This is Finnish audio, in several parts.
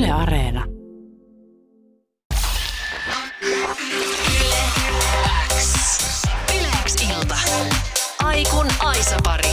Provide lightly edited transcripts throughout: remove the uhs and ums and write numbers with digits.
Yle Areena. Yle X ilta. Aikun Aisa-pari.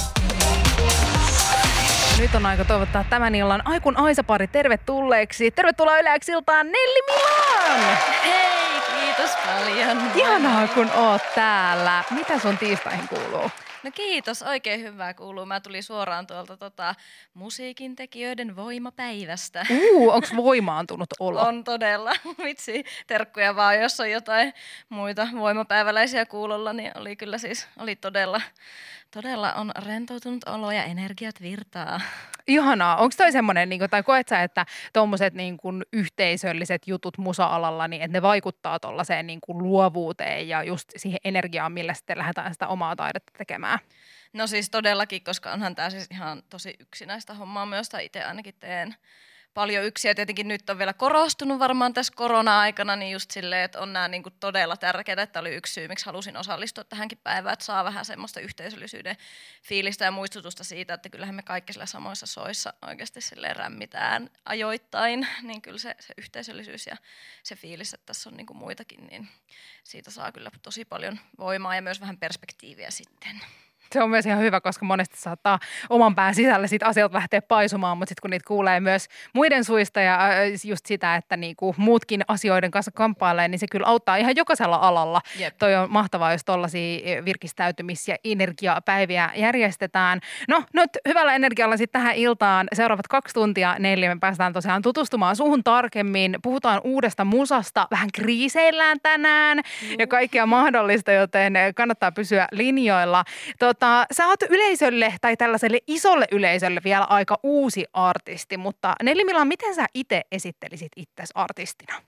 Nyt on aika toivottaa tämän illan Aikun Aisa-pari tervetulleeksi. Tervetuloa Yle X-iltaan Nelli Milan! Hei, kiitos paljon. Ihanaa, kun oot täällä. Mitä sun tiistaihin kuuluu? No kiitos, oikein hyvää kuuluu. Mä tulin suoraan tuolta musiikin tekijöiden voimapäivästä. Onks voimaantunut olo? On todella. Vitsi, terkkuja vaan, jos on jotain muita voimapäiväläisiä kuulolla, niin oli kyllä siis, oli todella on rentoutunut olo ja energiat virtaa. Ihanaa. Onko toi semmoinen, tai koet sä, että tommoset yhteisölliset jutut musa-alalla, niin että ne vaikuttaa tollaiseen luovuuteen ja just siihen energiaan, millä sitten lähdetään sitä omaa taidetta tekemään? No siis todellakin, koska onhan tää siis ihan tosi yksinäistä hommaa myös, tai itse ainakin teen paljon yksin. Ja tietenkin nyt on vielä korostunut varmaan tässä korona-aikana, niin just silleen, että on nämä niinku todella tärkeitä, että oli yksi syy, miksi halusin osallistua tähänkin päivään, että saa vähän semmoista yhteisöllisyyden fiilistä ja muistutusta siitä, että kyllähän me kaikki sillä samoissa soissa oikeasti silleen rämmitään ajoittain, niin kyllä se yhteisöllisyys ja se fiilis, että tässä on niinku muitakin, niin siitä saa kyllä tosi paljon voimaa ja myös vähän perspektiiviä sitten. Se on myös ihan hyvä, koska monesti saattaa oman pään sisällä sit asiat lähteä paisumaan, mutta sitten kun niitä kuulee myös muiden suista ja just sitä, että niinku muutkin asioiden kanssa kamppailee, niin se kyllä auttaa ihan jokaisella alalla. Jep. Toi on mahtavaa, jos tollaisia virkistäytymis- ja energiapäiviä järjestetään. No nyt hyvällä energialla sitten tähän iltaan seuraavat 2 tuntia 4 me päästään tosiaan tutustumaan suhun tarkemmin. Puhutaan uudesta musasta, vähän kriiseillään tänään ja kaikkea mahdollista, joten kannattaa pysyä linjoilla. Sä oot yleisölle tai tällaiselle isolle yleisölle vielä aika uusi artisti, mutta Nelli Milan, miten sä itse esittelisit itsesi artistina?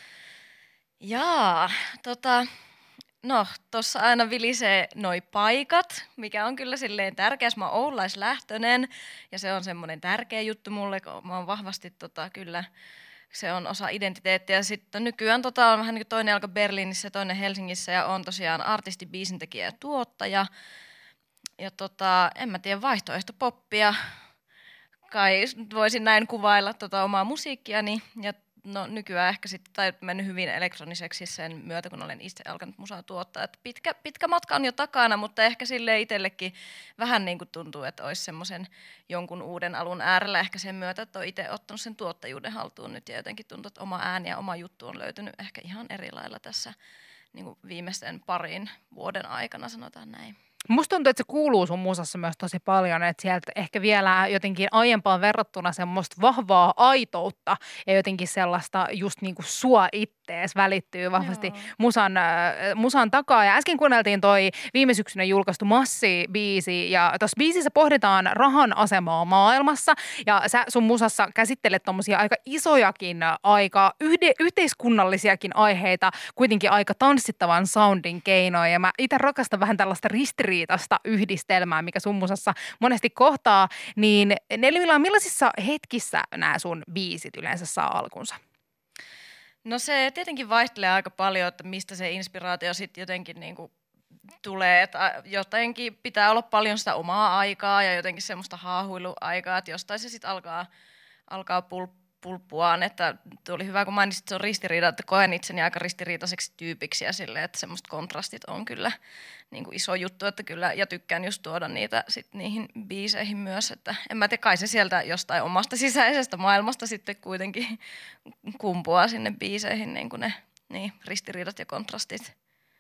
No tossa aina vilisee noi paikat, mikä on kyllä silleen tärkeä, mä oon oulaislähtöinen ja se on semmoinen tärkeä juttu mulle, kun mä oon vahvasti kyllä se on osa identiteettiä. Sitten nykyään on vähän niin kuin toinen alkoi Berliinissä ja toinen Helsingissä ja on tosiaan artisti, biisintekijä ja tuottaja. Ja en mä tiedä, vaihtoehtopoppia, kai voisin näin kuvailla omaa musiikkiani. Ja no nykyään ehkä sitten, tai mennyt hyvin elektroniseksi sen myötä, kun olen itse alkanut musaa tuottaa. Et pitkä matka on jo takana, mutta ehkä sille itsellekin vähän niin kuin tuntuu, että olisi semmoisen jonkun uuden alun äärellä ehkä sen myötä, että olen itse ottanut sen tuottajuuden haltuun nyt. Ja jotenkin tuntuu, että oma ääni ja oma juttu on löytynyt ehkä ihan eri lailla tässä niin kuin viimeisten parin vuoden aikana, sanotaan näin. Musta tuntuu, että se kuuluu sun musassa myös tosi paljon, että sieltä ehkä vielä jotenkin aiempaan verrattuna semmoista vahvaa aitoutta ja jotenkin sellaista just niin kuin sua ittees välittyy vahvasti musan takaa. Ja äsken kuunneltiin toi viime syksynä julkaistu Massi-biisi ja tuossa biisissä pohditaan rahan asemaa maailmassa ja sä sun musassa käsittelet tommosia aika isojakin, aika yhteiskunnallisiakin aiheita, kuitenkin aika tanssittavan soundin keinoin ja mä itse rakastan vähän tällaista ristiriitasta yhdistelmää, mikä sun musassa monesti kohtaa, niin Nelli Milan, millaisissa hetkissä nämä sun biisit yleensä saa alkunsa? No se tietenkin vaihtelee aika paljon, että mistä se inspiraatio sitten jotenkin niinku tulee, että jotenkin pitää olla paljon sitä omaa aikaa ja jotenkin semmoista haahuiluaikaa, että jostain se sitten alkaa pulppuaan, että tuli hyvä, kun mainitsit, että se on ristiriita, että koen itseni aika ristiriitaiseksi tyypiksi ja silleen, että semmoista kontrastit on kyllä niin kuin iso juttu, että kyllä, ja tykkään just tuoda niitä sit niihin biiseihin myös, että en mä tiedä, kai se sieltä jostain omasta sisäisestä maailmasta sitten kuitenkin kumpuaa sinne biiseihin niin kuin ne ristiriidat ja kontrastit.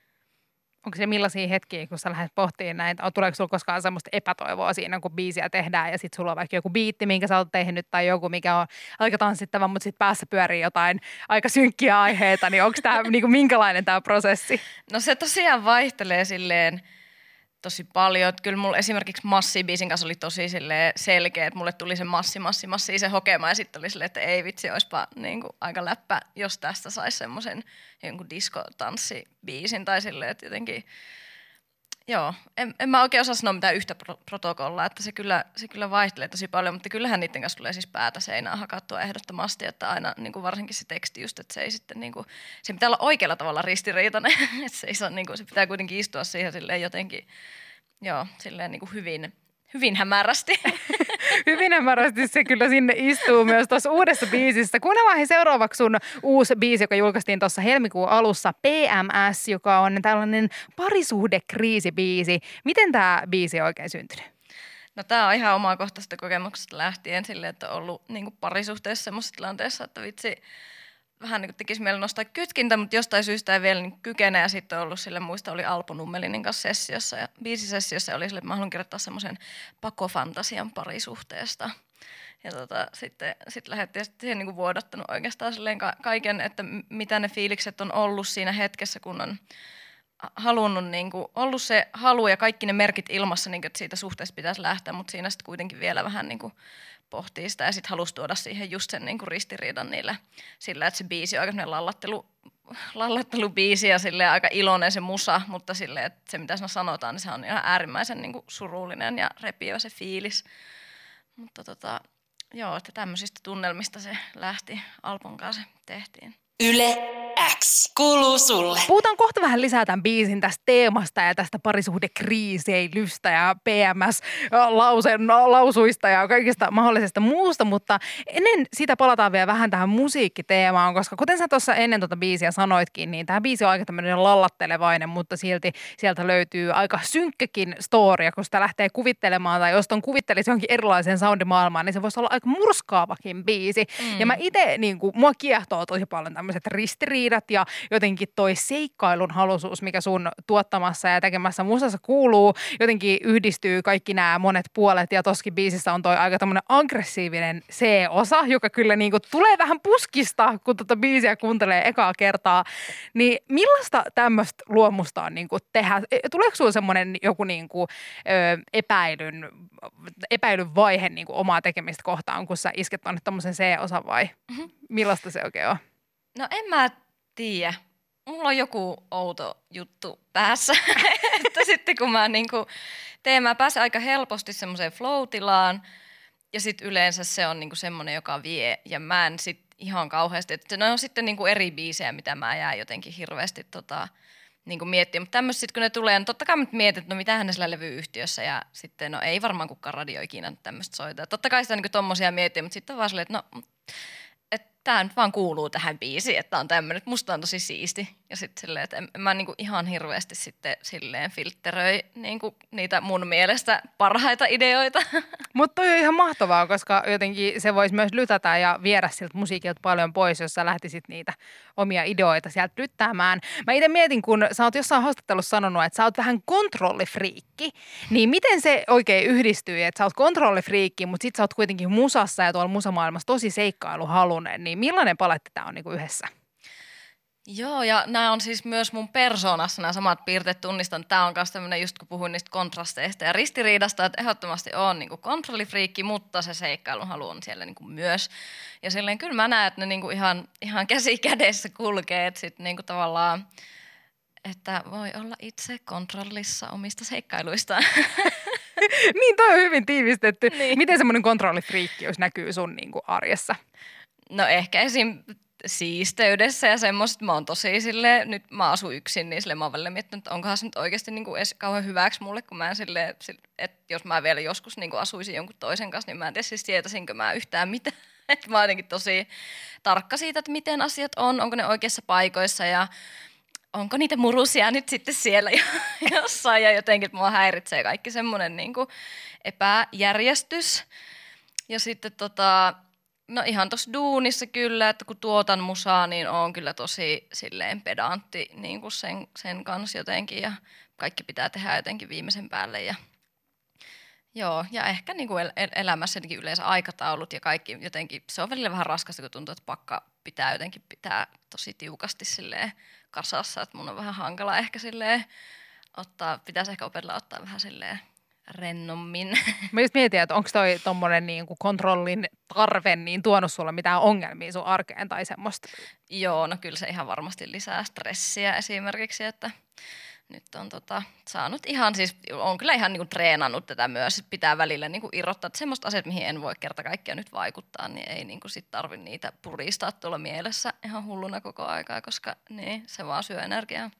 Onko se millaisia hetkiä, kun sä lähdet pohtimaan näitä? Tuleeko sulla koskaan semmoista epätoivoa siinä, kun biisiä tehdään ja sitten sulla on vaikka joku biitti, minkä sä oot tehnyt tai joku, mikä on aika tanssittava, mutta sitten päässä pyörii jotain aika synkkiä aiheita, niin onko tämä niinku, minkälainen tämä prosessi? No se tosiaan vaihtelee silleen tosi paljon. Että kyllä mulla esimerkiksi Massi-biisin kanssa oli tosi selkeä, että mulle tuli se massi se hokema ja sitten oli silleen, että ei vitsi, olisipa niin kuin aika läppä, jos tästä saisi semmoisen jonkun diskotanssibiisin tai silleen, että jotenkin, joo, en mä oikein osaa sanoa mitään yhtä protokollaa, että se kyllä vaihtelee tosi paljon, mutta kyllähän niiden kanssa tulee siis päätä seinään hakattua ehdottomasti, että aina niin kuin varsinkin se teksti just, että se ei sitten niin kuin, se pitää olla oikealla tavalla ristiriitainen, että se ei saa niin kuin, se pitää kuitenkin istua siihen silleen jotenkin, joo, silleen niin kuin hyvin hämärästi. Hyvin hämärästi se kyllä sinne istuu myös tuossa uudessa biisissä. Kuunnellaan seuraavaksi sun uusi biisi, joka julkaistiin tuossa helmikuun alussa, PMS, joka on tällainen parisuhdekriisibiisi. Miten tämä biisi on oikein syntynyt? No tää on ihan omakohtaisesta kokemuksesta lähtien silleen, että on ollut niin kuin parisuhteessa semmoisessa tilanteessa, että vitsi, vähän niin kuin tekisi mieli nostaa kytkintä, mutta jostain syystä ei vielä niin kykene. Ja sitten on ollut sille, muista oli Alpo Nummelinin kanssa sessiossa ja biisisessiossa oli sille, että mä haluan kirjoittaa semmoisen pakofantasian parisuhteesta. Ja sitten lähdettiin siihen niin kuin vuodattanut oikeastaan silleen kaiken, että mitä ne fiilikset on ollut siinä hetkessä, kun on halunnut, niin kuin, ollut se halu ja kaikki ne merkit ilmassa, niin kuin, että siitä suhteesta pitäisi lähteä, mutta siinä sitten kuitenkin vielä vähän niin kuin pohtii sitä ja sitten halusi tuoda siihen just sen niin kuin ristiriidan niillä sillä, että se biisi on aika sellainen lallattelubiisi ja silleen aika iloinen se musa, mutta silleen, että se mitä siinä sanotaan, niin se on ihan äärimmäisen niin kuin surullinen ja repivä se fiilis. Mutta joo, että tämmöisistä tunnelmista se lähti, Alpon kanssa tehtiin. Yle X kuuluu sulle. Puhutaan kohta vähän lisää tämän biisin tästä teemasta ja tästä parisuhdekriiseilystä ja PMS-lausuista ja kaikista mahdollisesta muusta, mutta ennen sitä palataan vielä vähän tähän musiikkiteemaan, koska kuten sä tuossa ennen tuota biisiä sanoitkin, niin tämä biisi on aika tämmöinen lallattelevainen, mutta silti sieltä löytyy aika synkkäkin storia, kun sitä lähtee kuvittelemaan tai jos ton kuvittelisi johonkin erilaiseen soundimaailmaan, niin se voisi olla aika murskaavakin biisi. Ja mä itse, niin kuin, mua kiehtoo tosi paljon tämmöiset ristiriidat ja jotenkin toi seikkailun halusuus, mikä sun tuottamassa ja tekemässä musassa kuuluu, jotenkin yhdistyy kaikki nämä monet puolet ja toskin biisissä on toi aika tämmöinen aggressiivinen C-osa, joka kyllä niinku tulee vähän puskista, kun tota biisiä kuuntelee ekaa kertaa. Niin millaista tämmöistä luomusta on niinku tehdä? Tuleeko sulla semmoinen joku niinku, epäilyn vaihe niinku omaa tekemistä kohtaan, kun sä isket tonne tommosen C-osan vai millaista se oikein on? No en mä tiedä. Mulla on joku outo juttu päässä, että sitten kun mä niinku teen, mä pääsen aika helposti semmoiseen flow-tilaan ja sitten yleensä se on niinku semmoinen, joka vie ja mä en sit ihan kauheasti, että ne on sitten niinku eri biisejä, mitä mä jään jotenkin hirveästi niinku miettimään, mutta tämmöiset sit kun ne tulee, niin totta kai mä mietin, että no mitähän ne sillä levyyhtiössä ja sitten no ei varmaan kukaan radio ikinä tämmöistä soita. Totta kai sitä niinku tommosia miettii, mutta sitten vaan silleen, että no tämä nyt vaan kuuluu tähän biisiin, että on tämmöinen, että musta on tosi siisti. Ja sitten silleen, että en mä niinku ihan hirveästi sitten silleen filtteröi niinku niitä mun mielestä parhaita ideoita. Mutta toi on ihan mahtavaa, koska jotenkin se voisi myös lytätä ja viedä siltä musiikilta paljon pois, jos sä lähtisit niitä omia ideoita sieltä lyttäämään. Mä itse mietin, kun sä oot jossain haastattelussa sanonut, että sä oot vähän kontrollifriikki, niin miten se oikein yhdistyy, että sä oot kontrollifriikki, mutta sit sä oot kuitenkin musassa ja tuolla musamaailmassa tosi seikkailuhalunen, niin millainen paletti tää on niinku yhdessä? Joo, ja nämä on siis myös mun persoonassa nämä samat piirteet tunnistan. Tämä on myös tämmöinen, just kun puhuin niistä kontrasteista ja ristiriidasta, että ehdottomasti on niin kuin kontrollifriikki, mutta se seikkailun halu on siellä niin kuin myös. Ja silleen kyllä mä näen, että ne niin kuin ihan käsi kädessä kulkee, että sitten niin kuin tavallaan, että voi olla itse kontrollissa omista seikkailuistaan. Niin, toi on hyvin tiivistetty. Niin. Miten semmoinen kontrollifriikkiys näkyy sun niin kuin arjessa? No ehkä esim. Siisteydessä ja semmoista. Mä oon tosi silleen, nyt mä asun yksin, niin silleen mä oon välillä miettinyt, että onkohan se nyt oikeasti niinku edes kauhean hyväksi mulle, kun mä en silleen, että jos mä vielä joskus niinku asuisin jonkun toisen kanssa, niin mä en tiedä siis tietäisinkö mä yhtään mitään. Että mä oon jotenkin tosi tarkka siitä, että miten asiat on, onko ne oikeassa paikoissa ja onko niitä murusia nyt sitten siellä jossain ja jotenkin, että mua häiritsee kaikki semmoinen niinku epäjärjestys. Ja sitten no ihan tuossa duunissa kyllä, että kun tuotan musaa, niin on kyllä tosi silleen pedantti niin kuin sen kanssa jotenkin ja kaikki pitää tehdä jotenkin viimeisen päälle. Ja, joo, ja ehkä niin kuin elämässä jotenkin yleensä aikataulut ja kaikki jotenkin, se on välillä vähän raskasta, kun tuntuu, että pakka pitää jotenkin pitää tosi tiukasti silleen kasassa, että mun on vähän hankala ehkä silleen pitäisi ehkä opetella ottaa vähän silleen rennommin. Mä just mietin, että onko toi tommonen niinku kontrollin tarve niin tuonut sulle mitään ongelmia sun arkeen tai semmoista? Joo, no kyllä se ihan varmasti lisää stressiä esimerkiksi, että nyt on saanut ihan siis, on kyllä ihan niinku treenannut tätä myös, pitää välillä niinku irrottaa, että semmoista asiat, mihin en voi kerta kaikkiaan nyt vaikuttaa, niin ei niinku sit tarvi niitä puristaa tuolla mielessä ihan hulluna koko aikaa, koska niin, se vaan syö energiaa.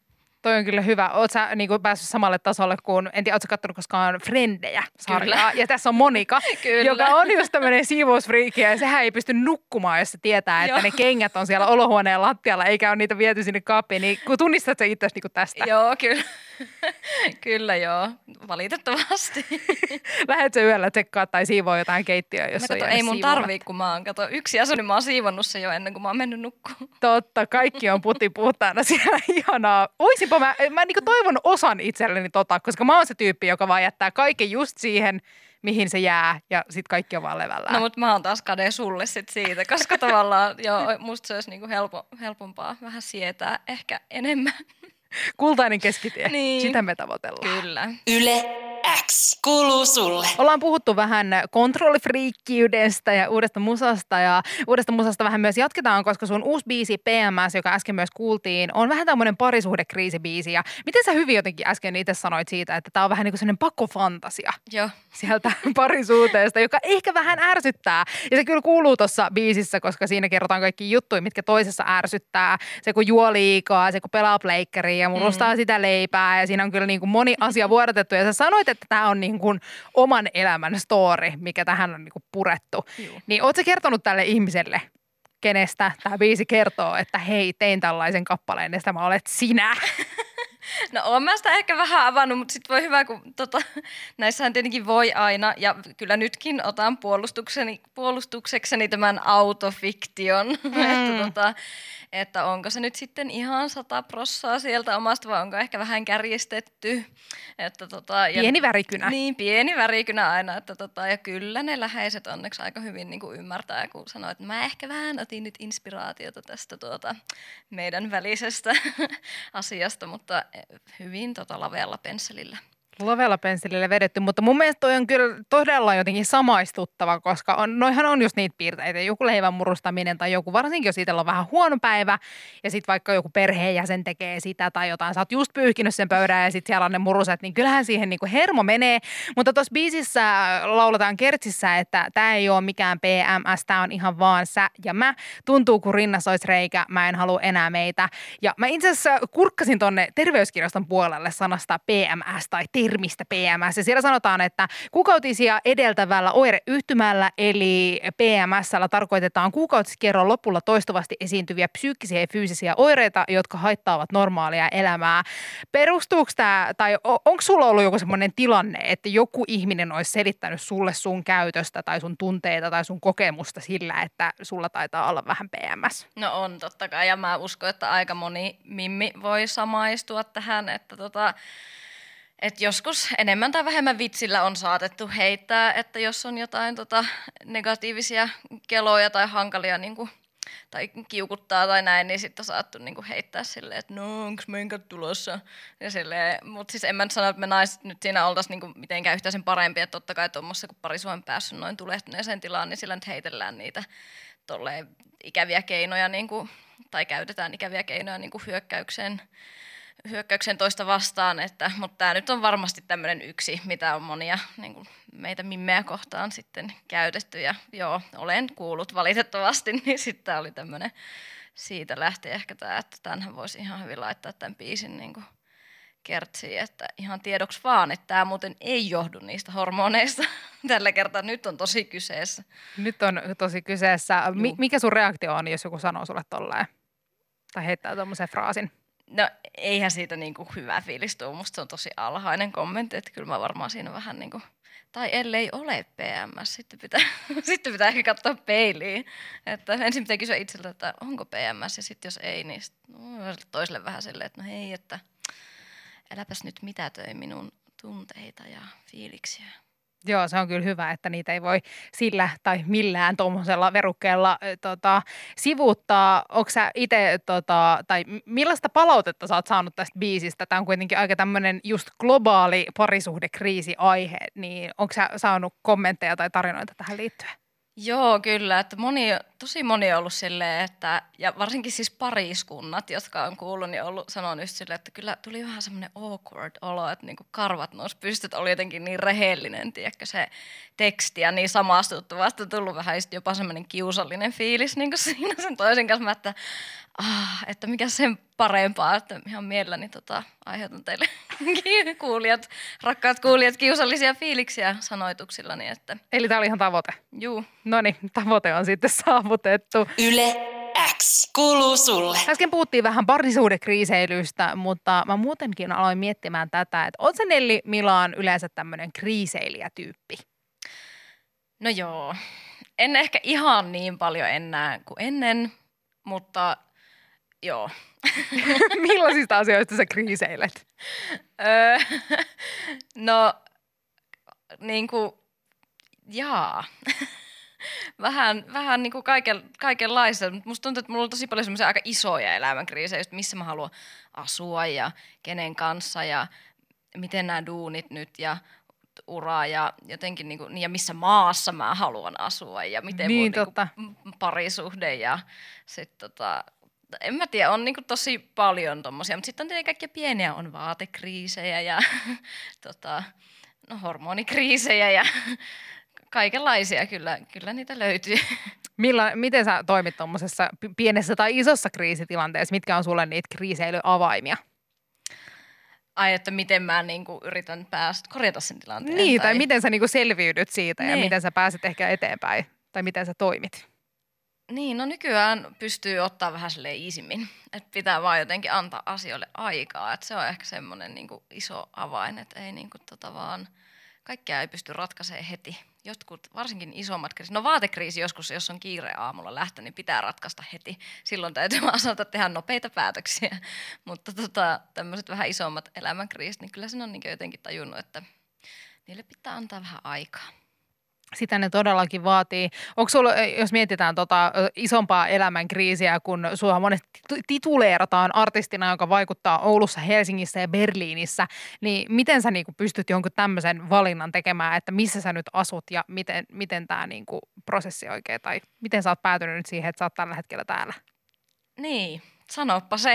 Toi on kyllä hyvä. Oot sä niin kuin päässyt samalle tasolle kuin, en tiedä, ootko sä kattonut koskaan Frendejä-sarjaa? Kyllä. Ja tässä on Monika, joka on just tämmöinen siivousfriikki ja sehän ei pysty nukkumaan, jos se tietää, että ne kengät on siellä olohuoneen lattialla eikä ole niitä viety sinne kaappiin. Niin kun tunnistat sä itseäsi niin tästä? Joo, kyllä. Kyllä joo, valitettavasti. Lähdetkö yöllä tsekkaa tai siivoa jotain keittiöä, jos on jäänyt ei mun tarvii, kun mä oon yksi asu, niin mä oon siivonnut se jo ennen kuin mä oon mennyt nukkuun. Totta, kaikki on puhtaana siellä. Ihanaa. Oisinpa mä niin toivon osan itselleni koska mä oon se tyyppi, joka vaan jättää kaiken just siihen, mihin se jää ja sit kaikki on vaan levällään. No mutta mä oon taas kade sulle sit siitä, koska tavallaan musta se olisi niinku helpompaa vähän sietää ehkä enemmän. Kultainen keskitie, niin. Sitä me tavoitellaan. Kyllä. Yle X kuuluu sulle. Ollaan puhuttu vähän kontrollifriikkiydestä ja uudesta musasta vähän myös jatketaan, koska sun uusi biisi PMS, joka äsken myös kuultiin, on vähän tämmöinen parisuhdekriisibiisi. Ja miten sä hyvin jotenkin äsken itse sanoit siitä, että tää on vähän niin kuin sellainen pakkofantasia sieltä parisuhteesta, joka ehkä vähän ärsyttää. Ja se kyllä kuuluu tuossa biisissä, koska siinä kerrotaan kaikki juttuja, mitkä toisessa ärsyttää. Se kun juo liikaa, se kun pelaa pleikkaria ja murustaa sitä leipää ja siinä on kyllä niin kuin moni asia vuodatettu. Ja sä sanoit, että tämä on niin kuin oman elämän story, mikä tähän on niin kuin purettu. Juu. Niin ootko sä kertonut tälle ihmiselle, kenestä tämä biisi kertoo, että hei, tein tällaisen kappaleen ja sitä mä olet sinä? No oon mä sitä ehkä vähän avannut, mutta sit voi hyvä, kun näissähän tietenkin voi aina, ja kyllä nytkin otan puolustuksekseni tämän autofiktion, että onko se nyt sitten ihan 100% sieltä omasta vai onko ehkä vähän kärjistetty. Että pieni värikynä. Niin, pieni värikynä aina. Että ja kyllä ne läheiset onneksi aika hyvin niin kuin ymmärtää, kun sanoo, että mä ehkä vähän otin nyt inspiraatiota tästä meidän välisestä asiasta, mutta hyvin lavealla pensselillä. Lavealla pensselillä vedetty, mutta mun mielestä toi on kyllä todella jotenkin samaistuttava, koska noihan on just niitä piirteitä, joku leivän murustaminen tai joku, varsinkin jos itsellä on vähän huono päivä ja sitten vaikka joku perheenjäsen tekee sitä tai jotain, sä oot just pyyhkinyt sen pöydän ja sitten siellä on ne muruset, niin kyllähän siihen niinku hermo menee, mutta tuossa biisissä laulataan kertsissä, että tää ei ole mikään PMS, tää on ihan vaan sä ja mä, tuntuu kun rinnassa olisi reikä, mä en halua enää meitä ja mä itse asiassa kurkkasin tonne terveyskirjaston puolelle sanasta PMS tai termistä PMS. Ja siellä sanotaan, että kuukautisia edeltävällä oireyhtymällä eli PMS:llä tarkoitetaan kuukautiskierron lopulla toistuvasti esiintyviä psyykkisiä ja fyysisiä oireita, jotka haittaavat normaalia elämää. Perustuuko tämä, tai onko sulla ollut joku semmoinen tilanne, että joku ihminen olisi selittänyt sulle sun käytöstä tai sun tunteita tai sun kokemusta sillä, että sulla taitaa olla vähän PMS? No on totta kai, ja mä uskon, että aika moni mimmi voi samaistua tähän, että että joskus enemmän tai vähemmän vitsillä on saatettu heittää, että jos on jotain negatiivisia keloja tai hankalia tai kiukuttaa tai näin, niin sitten on saattu heittää silleen, että no onko menkät tulossa. Mutta siis en mä nyt sano, että me naiset nyt siinä oltaisiin mitenkään yhtään sen parempi, että totta kai tuommoissa, kun parisuuden päässyt noin tulehtuneeseen tilaan, niin sillä nyt heitellään niitä ikäviä keinoja, tai käytetään ikäviä keinoja hyökkäykseen toista vastaan, mutta tämä nyt on varmasti tämmöinen yksi, mitä on monia meitä mimmejä kohtaan sitten käytetty. Ja joo, olen kuullut valitettavasti, niin sitten tämä oli tämmöinen, siitä lähti ehkä tämä, että tämänhän voisi ihan hyvin laittaa tämän biisin kertsiin, että ihan tiedoksi vaan, että tämä muuten ei johdu niistä hormoneista. Tällä kertaa nyt on tosi kyseessä. Nyt on tosi kyseessä. Mikä sun reaktio on, jos joku sanoo sulle tolleen? Tai heittää tuommoisen fraasin? No eihän siitä hyvä fiilis tule. Musta se on tosi alhainen kommentti, että kyllä mä varmaan siinä vähän tai ellei ole PMS, sitten pitää ehkä katsoa peiliin. Että ensin pitää kysyä itseltä, että onko PMS ja sitten jos ei, niin toiselle vähän silleen, että no hei, että äläpäs nyt mitätöi minun tunteita ja fiiliksiä. Joo, se on kyllä hyvä, että niitä ei voi sillä tai millään tuommoisella verukkeella sivuuttaa. Onko sä itse, tai millaista palautetta sä oot saanut tästä biisistä? Tämä on kuitenkin aika tämmöinen just globaali parisuhdekriisi-aihe, niin onko sä saanut kommentteja tai tarinoita tähän liittyen? Joo, kyllä, että moni tosi moni on ollut silleen, että, ja varsinkin siis pariskunnat, jotka on kuullut, niin sanonut just silleen, että kyllä tuli vähän semmoinen awkward olo, että niinku karvat nousi pystyt, oli jotenkin niin rehellinen, tiedätkö, se teksti ja niin samastuttava, että on tullut vähän jopa semmoinen kiusallinen fiilis niin kuin siinä sen toisen kanssa, että mikä sen parempaa, että ihan mielelläni aiheutan teille kuulijat, rakkaat kuulijat, kiusallisia fiiliksiä sanoituksillani. Että. Eli tämä oli ihan tavoite? Juu. Noniin, tavoite on sitten saavutettu. Yle X kuuluu sulle. Äsken puhuttiin vähän parisuhdekriiseilystä, mutta mä muutenkin aloin miettimään tätä, että oot sä Nelli Milan yleensä tämmöinen kriiseilijätyyppi? No joo, en ehkä ihan niin paljon enää kuin ennen, mutta joo. Millaisista asioista sä kriiseilet? No, niinku, vähän niinku kaikenlaista. Musta tuntuu, että mulla on tosi paljon semmoisia aika isoja elämänkriisejä, just missä mä haluan asua ja kenen kanssa ja miten nämä duunit nyt ja ura ja jotenkin niinku, ja missä maassa mä haluan asua ja miten niin, mun niinku parisuhde ja sitten en mä tiedä, on niinku tosi paljon tommosia, mutta sitten on tietenkin kaikkia pieniä, on vaatekriisejä ja hormonikriisejä ja kaikenlaisia, kyllä niitä löytyy. Miten sä toimit tuommoisessa pienessä tai isossa kriisitilanteessa? Mitkä on sulle niitä kriiseilyavaimia? Ai, että miten mä niinku yritän korjata sen tilanteen? Niin, tai miten sä niinku selviydyt siitä ja niin. miten sä pääset ehkä eteenpäin? Tai miten sä toimit? Niin, no nykyään pystyy ottaa vähän silleen iisimmin. Että pitää vaan jotenkin antaa asioille aikaa. Että se on ehkä semmoinen niinku iso avain, että ei niinku vaan kaikkea ei pysty ratkaisemaan heti. Jotkut, varsinkin isommat kriisit. No vaatekriisi joskus, jos on kiire aamulla lähtö, niin pitää ratkaista heti. Silloin täytyy vaan osata tehdä nopeita päätöksiä. Mutta tämmöiset vähän isommat elämänkriisit, niin kyllä sen on niin jotenkin tajunnut, että niille pitää antaa vähän aikaa. Sitä ne todellakin vaatii. Onko sulla, jos mietitään isompaa elämänkriisiä, kun sua monesti tituleerataan artistina, joka vaikuttaa Oulussa, Helsingissä ja Berliinissä, niin miten sä niinku pystyt jonkun tämmöisen valinnan tekemään, että missä sä nyt asut ja miten tämä niinku prosessi oikein, tai miten sä oot päätynyt nyt siihen, että sä oot tällä hetkellä täällä? Niin, sanoppa se.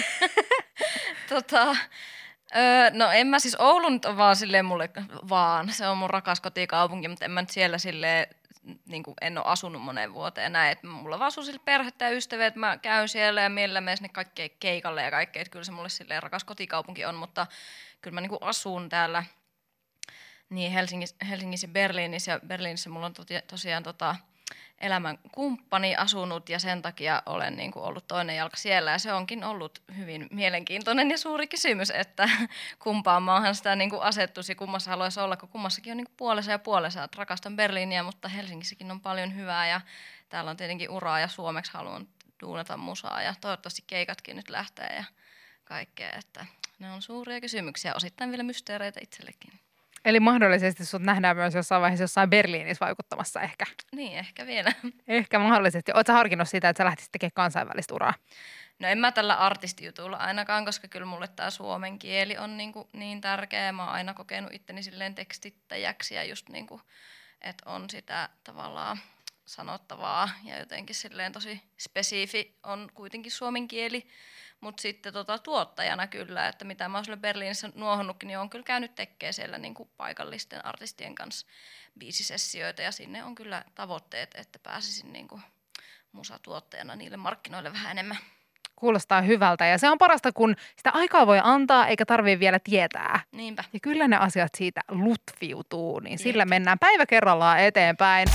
No en mä siis, Oulu nyt on vaan silleen mulle vaan, se on mun rakas kotikaupunki, mutta en mä nyt siellä silleen, niin kuin en ole asunut moneen vuoteen näin, että mulla vaan asuu sille perhettä ja ystäviä, että mä käyn siellä ja mielellä menen sinne kaikkeen keikalle ja kaikkea, että kyllä se mulle silleen rakas kotikaupunki on, mutta kyllä mä niin kuin asun täällä niin Helsingissä ja Berliinissä mulla on tosiaan elämän kumppani asunut ja sen takia olen niin kuin ollut toinen jalka siellä ja se onkin ollut hyvin mielenkiintoinen ja suuri kysymys, että kumpaan maahan sitä niin kuin asettuisi, kummassa haluaisi olla, kun kummassakin on niin kuin puolensa ja puolensa, että rakastan Berliiniä, mutta Helsingissäkin on paljon hyvää ja täällä on tietenkin uraa ja suomeksi haluan duunata musaa ja toivottavasti keikatkin nyt lähtee ja kaikkea, että ne on suuria kysymyksiä, osittain vielä mysteereitä itsellekin. Eli mahdollisesti sut nähdään myös jossain vaiheessa jossain Berliinissä vaikuttamassa ehkä. Niin, ehkä vielä. Ehkä mahdollisesti. Oletko sä harkinnut sitä, että sä lähtisit tekemään kansainvälistä uraa? No en mä tällä artistijutulla ainakaan, koska kyllä mulle tämä suomen kieli on niin tärkeä. Mä oon aina kokenut itteni silleen tekstittäjäksi ja just niin kuin, että on sitä tavallaan sanottavaa ja jotenkin silleen tosi spesifi on kuitenkin suomen kieli. Mutta sitten tuottajana kyllä, että mitä mä oon siellä Berliinissä nuohonnutkin, niin oon kyllä käynyt tekemään siellä niinku paikallisten artistien kanssa biisisessioita ja sinne on kyllä tavoitteet, että pääsisin niinku musatuottajana niille markkinoille vähän enemmän. Kuulostaa hyvältä ja se on parasta, kun sitä aikaa voi antaa eikä tarvitse vielä tietää. Niinpä. Ja kyllä ne asiat siitä lutviutuu, niin sillä mennään päivä kerrallaan eteenpäin.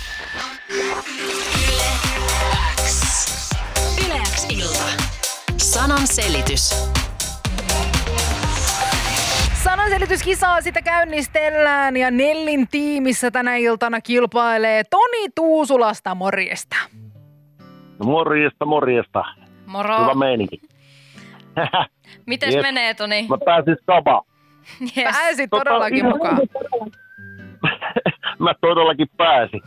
Yle X ilta. Sanan selitys. Sananselityskisaa sitä käynnistellään ja Nellin tiimissä tänä iltana kilpailee Toni Tuusulasta. Morjesta. No morjesta. Moro. Hyvä meininki. Mites menee, Toni? Mä pääsin Saba. Yes. Pääsit todellakin mukaan. Mä todellakin pääsin.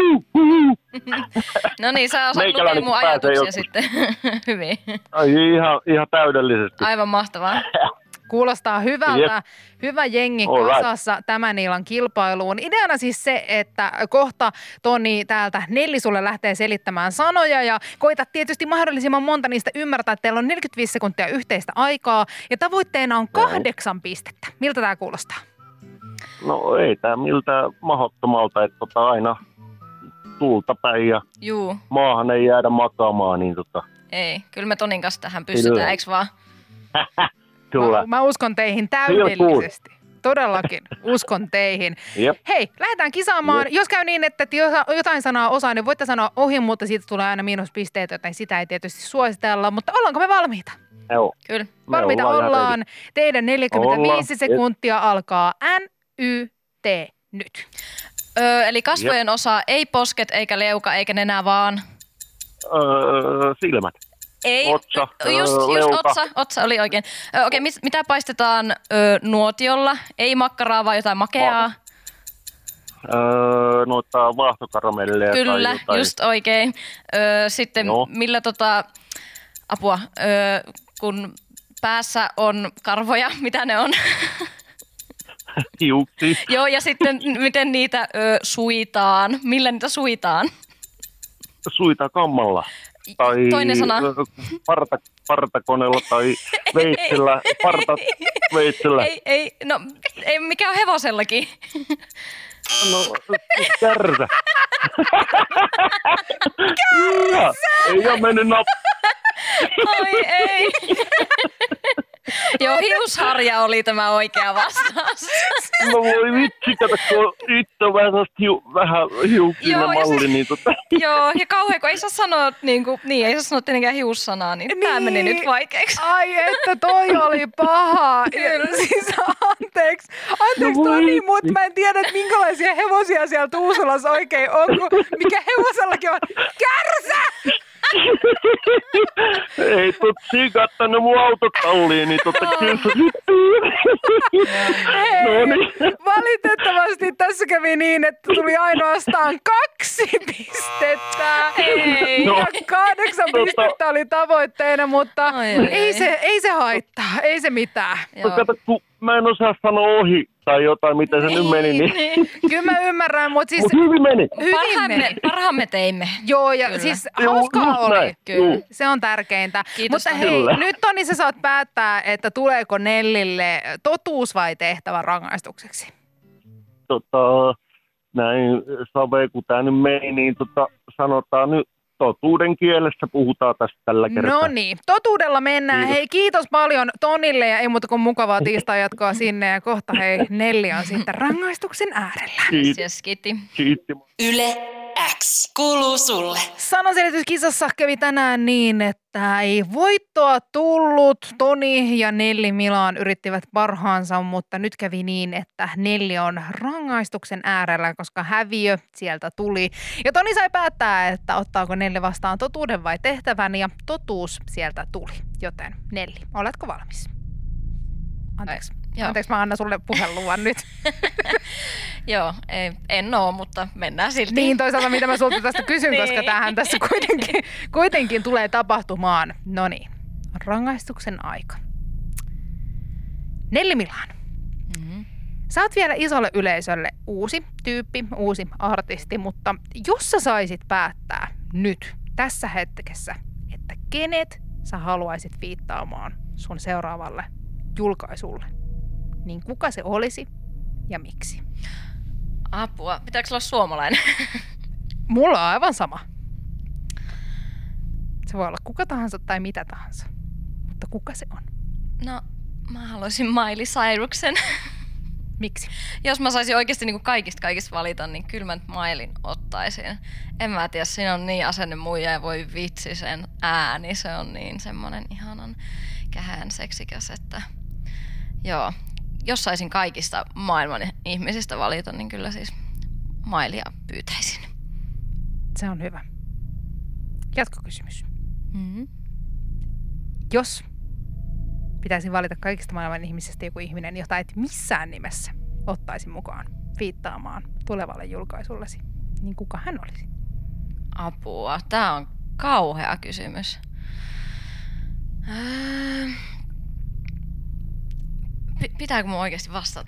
No niin, sä osaat lukea mun ajatuksia sitten hyvin. Ai, ihan täydellisesti. Aivan mahtavaa. Kuulostaa hyvältä. Hyvä jengi All right. kasassa tämän illan kilpailuun. Ideana siis se, että kohta Toni täältä Nelli sulle lähtee selittämään sanoja ja koita tietysti mahdollisimman monta niistä ymmärtää, että teillä on 45 sekuntia yhteistä aikaa ja tavoitteena on 8 pistettä. Miltä tämä kuulostaa? No ei tää miltään mahdottomalta, että aina tuulta päin ja Juu, maahan ei jäädä makaamaan, niin ei. Kyllä me Tonin kanssa tähän pystytään, Kyllä. eiks vaan? kyllä. Mä uskon teihin täydellisesti. Todellakin uskon teihin. Jep. Hei, lähdetään kisaamaan. Jos käy niin, että jotain sanaa osaa, niin voitte sanoa ohi, mutta siitä tulee aina miinuspisteet, joten sitä ei tietysti suositella. Mutta ollaanko me valmiita? Joo. Kyllä. Me Valmiita ollaan ollaan. Teidän 45 Ollaan. sekuntia alkaa NYT nyt. Eli kasvojen osa ei posket eikä leuka eikä nenä vaan. Silmät. Ei, Otsa, just leuka. otsa oli oikein. Okei, mitä paistetaan nuotiolla? Ei makkaraa, vaan jotain makeaa. Noita vaahtokaramelleja. Kyllä, tai jotain. just oikein. Sitten Joo. millä apua, kun päässä on karvoja, mitä ne on? Hiuksia. Joo, ja sitten miten niitä suitaan? Millä niitä suitaan? Suita kammalla. Tai Toinen sana. Partakoneella tai veitsellä. Veitsellä. Ei, no ei, mikä on hevosellakin? No, kärsä. Ei ole mennyt Ai ei. Joo, hiusharja oli tämä oikea vastaus. No voi vitsi, kato, kun itse on vähän hiuksinen Joo, ja malli, se- niin Joo, ja kauhean, kun ei saa sanoa, ei saa sanoa tietenkään hiussanaa, niin tämä meni nyt vaikeaksi. Ai että toi oli paha. Siis anteeksi Toni, mutta mä en tiedä, että minkälaisia hevosia siellä Tuusulassa oikein on, kun mikä hevosellakin on. Kärsä! ei siinä kattanut mun autotalliin, niin kyllä se Hei, No niin. valitettavasti tässä kävi niin, että tuli ainoastaan 2 pistettä. Ei. No. Ja 8 pistettä oli tavoitteena, mutta Ai. ei se haittaa, ei se mitään. Joo. Kato, kun mä en osaa sanoa ohi tai jotain, miten se nyt meni, niin Kyllä mä ymmärrän, mutta siis mut hyvin meni. hyvin meni. Parhaamme teimme. Joo, ja Kyllä. siis Joo, hauskaa just oli. näin. Kyllä. Juu. Se on tärkeintä. Kiitos, Mutta Toni. hei, Kyllä. nyt Toni sä saat päättää, että tuleeko Nellille totuus vai tehtävä rangaistukseksi. Näin Save, kun tää nyt meni, niin sanotaan nyt totuuden kielessä puhutaan tästä tällä kertaa. No niin, totuudella mennään. Kiitos. Hei, kiitos paljon Tonille ja ei muuta kuin mukavaa tiistai jatkoa sinne. Ja kohta hei, Nelli on sitten rangaistuksen äärellä. Yes, kiitti. Kiitti. Yle X kuuluu sulle. Sananselityskisassa kävi tänään niin, että ei voittoa tullut. Toni ja Nelli Milan yrittivät parhaansa, mutta nyt kävi niin, että Nelli on rangaistuksen äärellä, koska häviö sieltä tuli. Ja Toni sai päättää, että ottaako Nelli vastaan totuuden vai tehtävän, ja totuus sieltä tuli. Joten Nelli, oletko valmis? Anteeksi. Joo. Anteeksi, mä annan sulle puheluvan nyt. Joo, en oo, mutta mennään silti. Niin, toisaalta mitä mä sulta tästä kysyn, Niin. koska tämähän tässä kuitenkin tulee tapahtumaan. No niin, rangaistuksen aika. Nelli Milan. Mm-hmm. Sä oot vielä isolle yleisölle uusi tyyppi, uusi artisti, mutta jos sä saisit päättää nyt, tässä hetkessä, että kenet sä haluaisit viittaamaan sun seuraavalle julkaisulle, niin kuka se olisi ja miksi? Apua. Pitääkö olla suomalainen? Mulla on aivan sama. Se voi olla kuka tahansa tai mitä tahansa, mutta kuka se on? No, mä haluaisin Miley Cyruksen. Miksi? Jos mä saisin oikeasti niin kaikista valita, niin kyllä mä nyt Mileyn ottaisin. En mä tiedä, siinä on niin asenne muija ja voi vitsi sen ääni. Se on niin semmoinen ihanan kähään seksikäs, että joo. Jos saisin kaikista maailman ihmisistä valita, niin kyllä siis Mileyä pyytäisin. Se on hyvä. Jatkokysymys. Mm-hmm. Jos pitäisi valita kaikista maailman ihmisistä joku ihminen, jota et missään nimessä ottaisi mukaan viittaamaan tulevalle julkaisullesi, niin kuka hän olisi? Apua. Tää on kauhea kysymys. Pitääkö mun oikeasti vastata?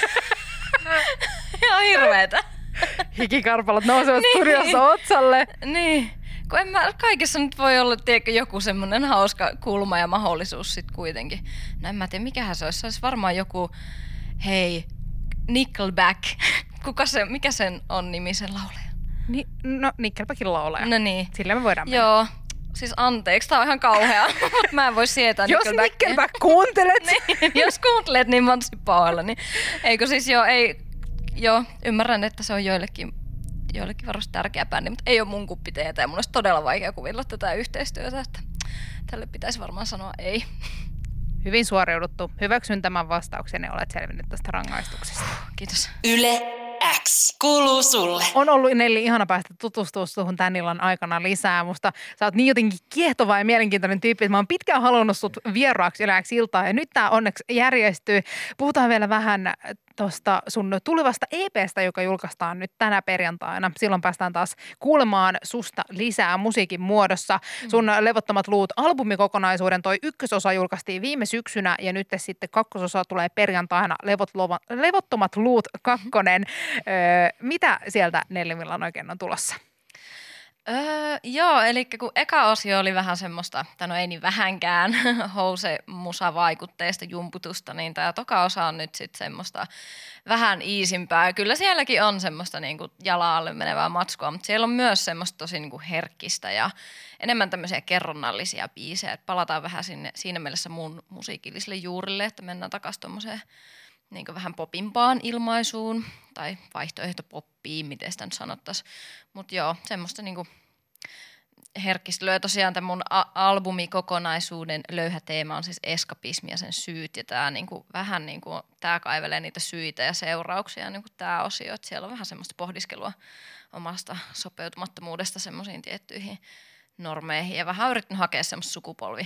Ihan hirveetä. Hikikarpalot nousevat studiossa otsalle. Niin. Kun kaikessa nyt voi olla joku semmoinen hauska kulma ja mahdollisuus sitten kuitenkin. No en mä tiedä, mikähän se olisi. Se olisi varmaan joku, hei, Nickelback. Mikä sen on nimi, sen laulaja? No, Nickelbackin laulaja. No niin. Sillä me voidaan mennä. Joo. Siis anteeksi, tää on ihan kauhea, mutta mä en voi sietää Jos Nickelback kuuntelet. niin, jos kuuntelet, niin mä oon tosi pahoilla. Niin. Eikö siis ymmärrän, että se on joillekin varmasti tärkeä bändi, mutta ei ole mun kuppiteetä ja mun olisi todella vaikea kuvitella tätä yhteistyötä, että tälle pitäisi varmaan sanoa ei. Hyvin suoriuduttu. Hyväksyn tämän vastauksen ja olet selvinnyt tästä rangaistuksesta. Kiitos. Yle X kuuluu sulle. On ollut, Nelli, ihana päästä tutustua tuohon tän illan aikana lisää. Musta sä oot niin jotenkin kiehtova ja mielenkiintoinen tyyppi, että mä oon pitkään halunnut sut vieraaksi Yle X-iltaan ja nyt tää onneksi järjestyy. Puhutaan vielä vähän tuosta sun tulevasta EP:stä, joka julkaistaan nyt tänä perjantaina. Silloin päästään taas kuulemaan susta lisää musiikin muodossa. Sun Levottomat luut -albumikokonaisuuden toi ykkösosa julkaistiin viime syksynä ja nyt sitten kakkososa tulee perjantaina, Levottomat luut 2. Mitä sieltä Nelli Millan oikein on tulossa? Joo, eli kun eka osio oli vähän semmoista, tai no ei niin vähänkään, house-musa-vaikutteista jumputusta, niin tämä toka osa on nyt sitten semmoista vähän iisimpää. Kyllä sielläkin on semmoista niinku jala-alle menevää matskua, mutta siellä on myös semmoista tosi niinku herkkistä ja enemmän tämmöisiä kerronnallisia biisejä. Et palataan vähän siinä mielessä mun musiikillisille juurille, että mennään takaisin tuommoiseen niin vähän popimpaan ilmaisuun tai vaihtoehtopoppiin, miten sitä nyt sanottaisiin. Mutta joo, semmoista niinku herkistelyä. Tosiaan tämän mun albumikokonaisuuden löyhä teema on siis eskapismi ja sen syyt. Ja tää niinku, vähän niinku, tää kaivelee niitä syitä ja seurauksia, niinku tää osio. Et siellä on vähän semmoista pohdiskelua omasta sopeutumattomuudesta semmoisiin tiettyihin normeihin. Ja vähän yrittänyt hakea semmoista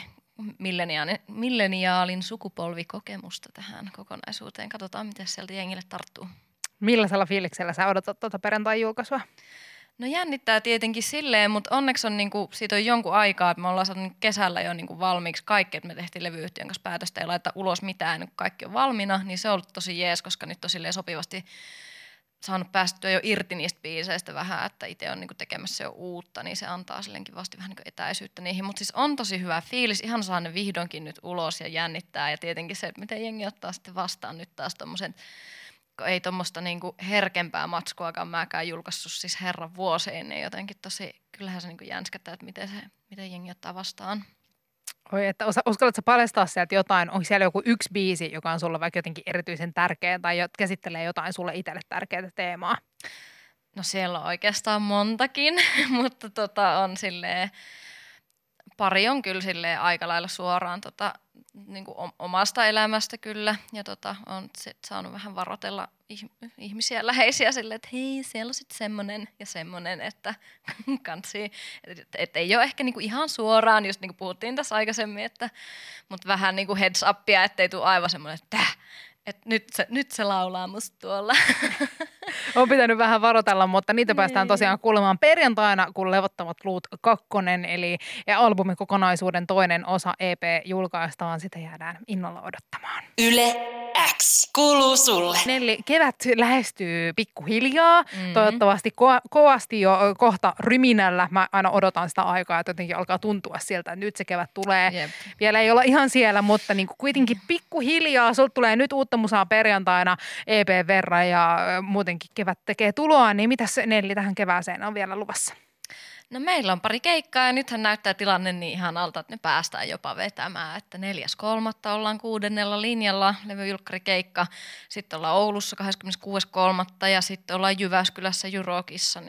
milleniaalin sukupolvikokemusta tähän kokonaisuuteen. Katsotaan, miten sieltä jengille tarttuu. Millaisella fiiliksellä sä odotat tuota perjantain julkaisua? No jännittää tietenkin silleen, mutta onneksi on siitä on jonkun aikaa, että me ollaan saatu kesällä jo valmiiksi kaikki, että me tehtiin levyyhtiön kanssa päätöstä ei laittaa ulos mitään, kun kaikki on valmiina, niin se on ollut tosi jees, koska nyt on silleen sopivasti saanut päästyä jo irti niistä biiseistä vähän, että itse on tekemässä jo uutta, niin se antaa silleenkin vasti vähän etäisyyttä niihin. Mutta siis on tosi hyvä fiilis, ihan saa ne vihdoinkin nyt ulos ja jännittää. Ja tietenkin se, että miten jengi ottaa sitten vastaan nyt taas tommosen, kun ei tuommoista herkempää matskuakaan mäkään julkaissut siis herran vuosiin, niin jotenkin tosi, kyllähän se jänskättää, että miten jengi ottaa vastaan. Oi, että uskallatko paljastaa sieltä jotain, onko siellä joku yksi biisi, joka on sulle vaikka jotenkin erityisen tärkeä tai käsittelee jotain sulle itselle tärkeää teemaa? No siellä on oikeastaan montakin, mutta on silleen, pari on kyllä silleen aika lailla suoraan omasta elämästä kyllä ja on saanut vähän varoitella ihmisiä läheisiä silleen, että hei, siellä on sitten semmoinen, että kansi, että ei ole ehkä ihan suoraan, just niin kuin puhuttiin tässä aikaisemmin, mutta vähän heads upia, ettei tule aivan semmoinen, että nyt se laulaa musta tuolla. On pitänyt vähän varotella, mutta niitä päästään tosiaan kuulemaan perjantaina, kun Levottomat luut 2, eli albumikokonaisuuden toinen osa EP julkaistaan. Sitä jäädään innolla odottamaan. Yle X kuuluu sulle. Nelli, kevät lähestyy pikkuhiljaa. Toivottavasti kovasti jo kohta ryminällä. Mä aina odotan sitä aikaa, että jotenkin alkaa tuntua siltä, että nyt se kevät tulee. Jep. Vielä ei olla ihan siellä, mutta kuitenkin pikkuhiljaa. Sulta tulee nyt uutta musaa perjantaina EP verran ja muutenkin kevät tekee tuloa. Niin mitäs Nelli tähän kevääseen on vielä luvassa? No meillä on pari keikkaa ja nythän näyttää tilanne niin ihanalta, että ne päästään jopa vetämään. Että 4.3. ollaan 6. linjalla, levyjulkkarikeikka. Sitten ollaan Oulussa 26.3. ja sitten ollaan Jyväskylässä Jurokissa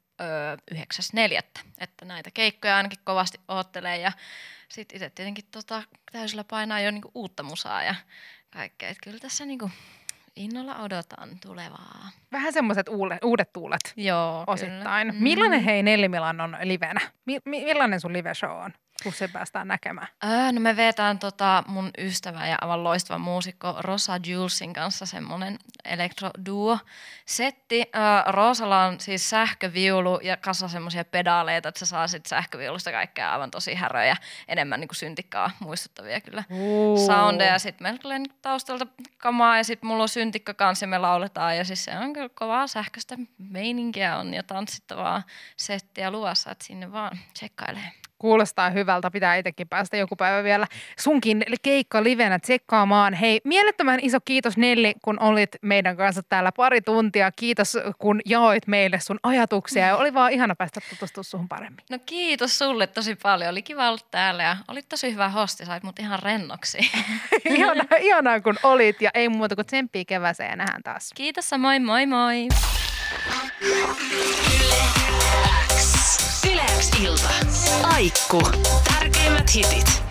9.4. Että näitä keikkoja ainakin kovasti oottelee ja sitten itse tietenkin täysillä painaa jo uutta musaa ja kaikkea. Että kyllä tässä innolla odotan tulevaa. Vähän semmoiset uudet tuulet. Joo, osittain. Kyllä. Millainen Nelli Millan on livenä? Millainen sun live-show on? kun se päästään näkemään? No me vetään mun ystävä ja aivan loistava muusikko Rosa Julesin kanssa semmoinen elektroduo-setti. Rosalla on siis sähköviulu ja kasa semmoisia pedaaleita, että sä saa sit sähköviulusta kaikkea aivan tosi häröjä, enemmän niin kuin syntikkaa muistuttavia kyllä soundeja. Sitten meillä tulee taustalta kamaa ja sitten mulla on syntikka kanssa ja me lauletaan ja siis se on kyllä kovaa sähköistä meininkiä on ja tanssittavaa settiä luvassa, että sinne vaan tsekkailee. Kuulostaa hyvältä, pitää itsekin päästä joku päivä vielä sunkin keikka livenä tsekkaamaan. Hei, mielettömän iso kiitos Nelli, kun olit meidän kanssa täällä pari tuntia. Kiitos, kun jaoit meille sun ajatuksia ja oli vaan ihana päästä tutustua suhun paremmin. No kiitos sulle tosi paljon, oli kiva olla täällä ja olit tosi hyvä hosti, sait mut ihan rennoksi. Ihanaa kun olit ja ei muuta kuin tsemppiä kevääseen ja nähdään taas. Kiitos samoin, moi moi! Yle X ilta. Aikku. Tärkeimmät hitit.